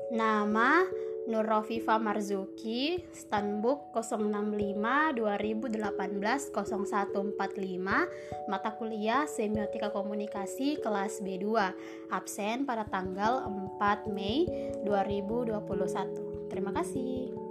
Nama Nurrofifa Marzuki, Stanbook 065 2018 0145, mata kuliah Semiotika Komunikasi kelas B2, absen pada tanggal 4 Mei 2021. Terima kasih.